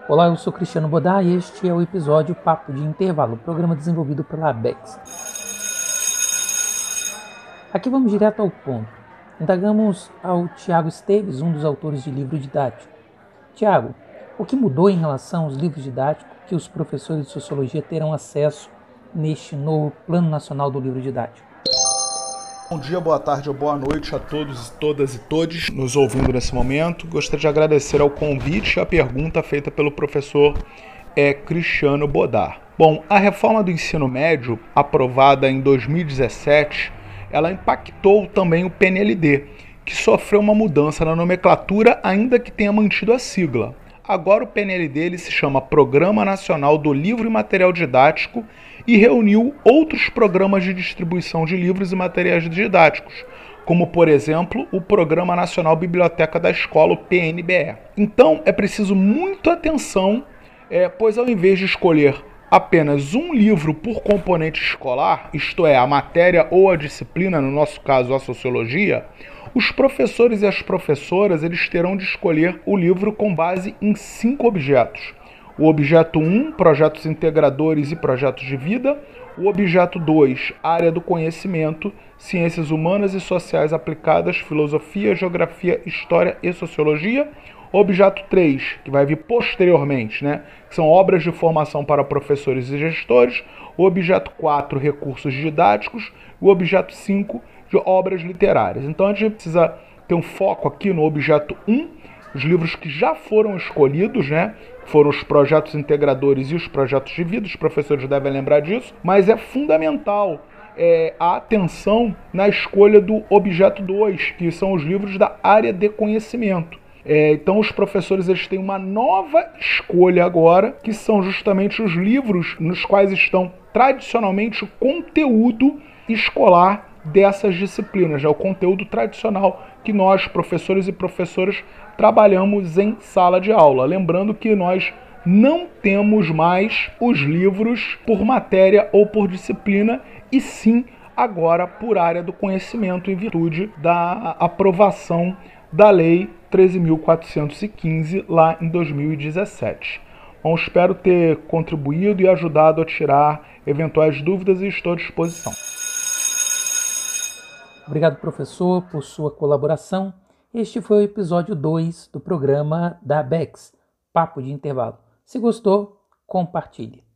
Olá, eu sou Cristiano Bodar e este é o episódio Papo de Intervalo, programa desenvolvido pela ABEX. Aqui vamos direto ao ponto. Indagamos ao Tiago Esteves, um dos autores de livro didático. Tiago, o que mudou em relação aos livros didáticos que os professores de sociologia terão acesso neste novo Plano Nacional do Livro Didático? Bom dia, boa tarde ou boa noite a todos, todas e todes nos ouvindo nesse momento. Gostaria de agradecer ao convite e a pergunta feita pelo professor Cristiano Bodar. Bom, a reforma do ensino médio, aprovada em 2017, ela impactou também o PNLD, que sofreu uma mudança na nomenclatura, ainda que tenha mantido a sigla. Agora o PNLD ele se chama Programa Nacional do Livro e Material Didático e reuniu outros programas de distribuição de livros e materiais didáticos, como, por exemplo, o Programa Nacional Biblioteca da Escola, o PNBE. Então, é preciso muita atenção, pois ao invés de escolher apenas um livro por componente escolar, isto é, a matéria ou a disciplina, no nosso caso a sociologia, os professores e as professoras eles terão de escolher o livro com base em 5 objetos. O objeto 1, projetos integradores e projetos de vida. O objeto 2, área do conhecimento, ciências humanas e sociais aplicadas, filosofia, geografia, história e sociologia. O objeto 3, que vai vir posteriormente, que são obras de formação para professores e gestores. O objeto 4, recursos didáticos. O objeto 5, de obras literárias. Então a gente precisa ter um foco aqui no objeto 1, os livros que já foram escolhidos, foram os projetos integradores e os projetos de vida, os professores devem lembrar disso, mas é fundamental a atenção na escolha do objeto 2, que são os livros da área de conhecimento. Então os professores eles têm uma nova escolha agora, que são justamente os livros nos quais estão tradicionalmente o conteúdo escolar dessas disciplinas, o conteúdo tradicional que nós, professores e professoras, trabalhamos em sala de aula. Lembrando que nós não temos mais os livros por matéria ou por disciplina, e sim agora por área do conhecimento, em virtude da aprovação da Lei 13.415 lá em 2017. Bom, espero ter contribuído e ajudado a tirar eventuais dúvidas e estou à disposição. Obrigado, professor, por sua colaboração. Este foi o episódio 2 do programa da ABEX, Papo de Intervalo. Se gostou, compartilhe.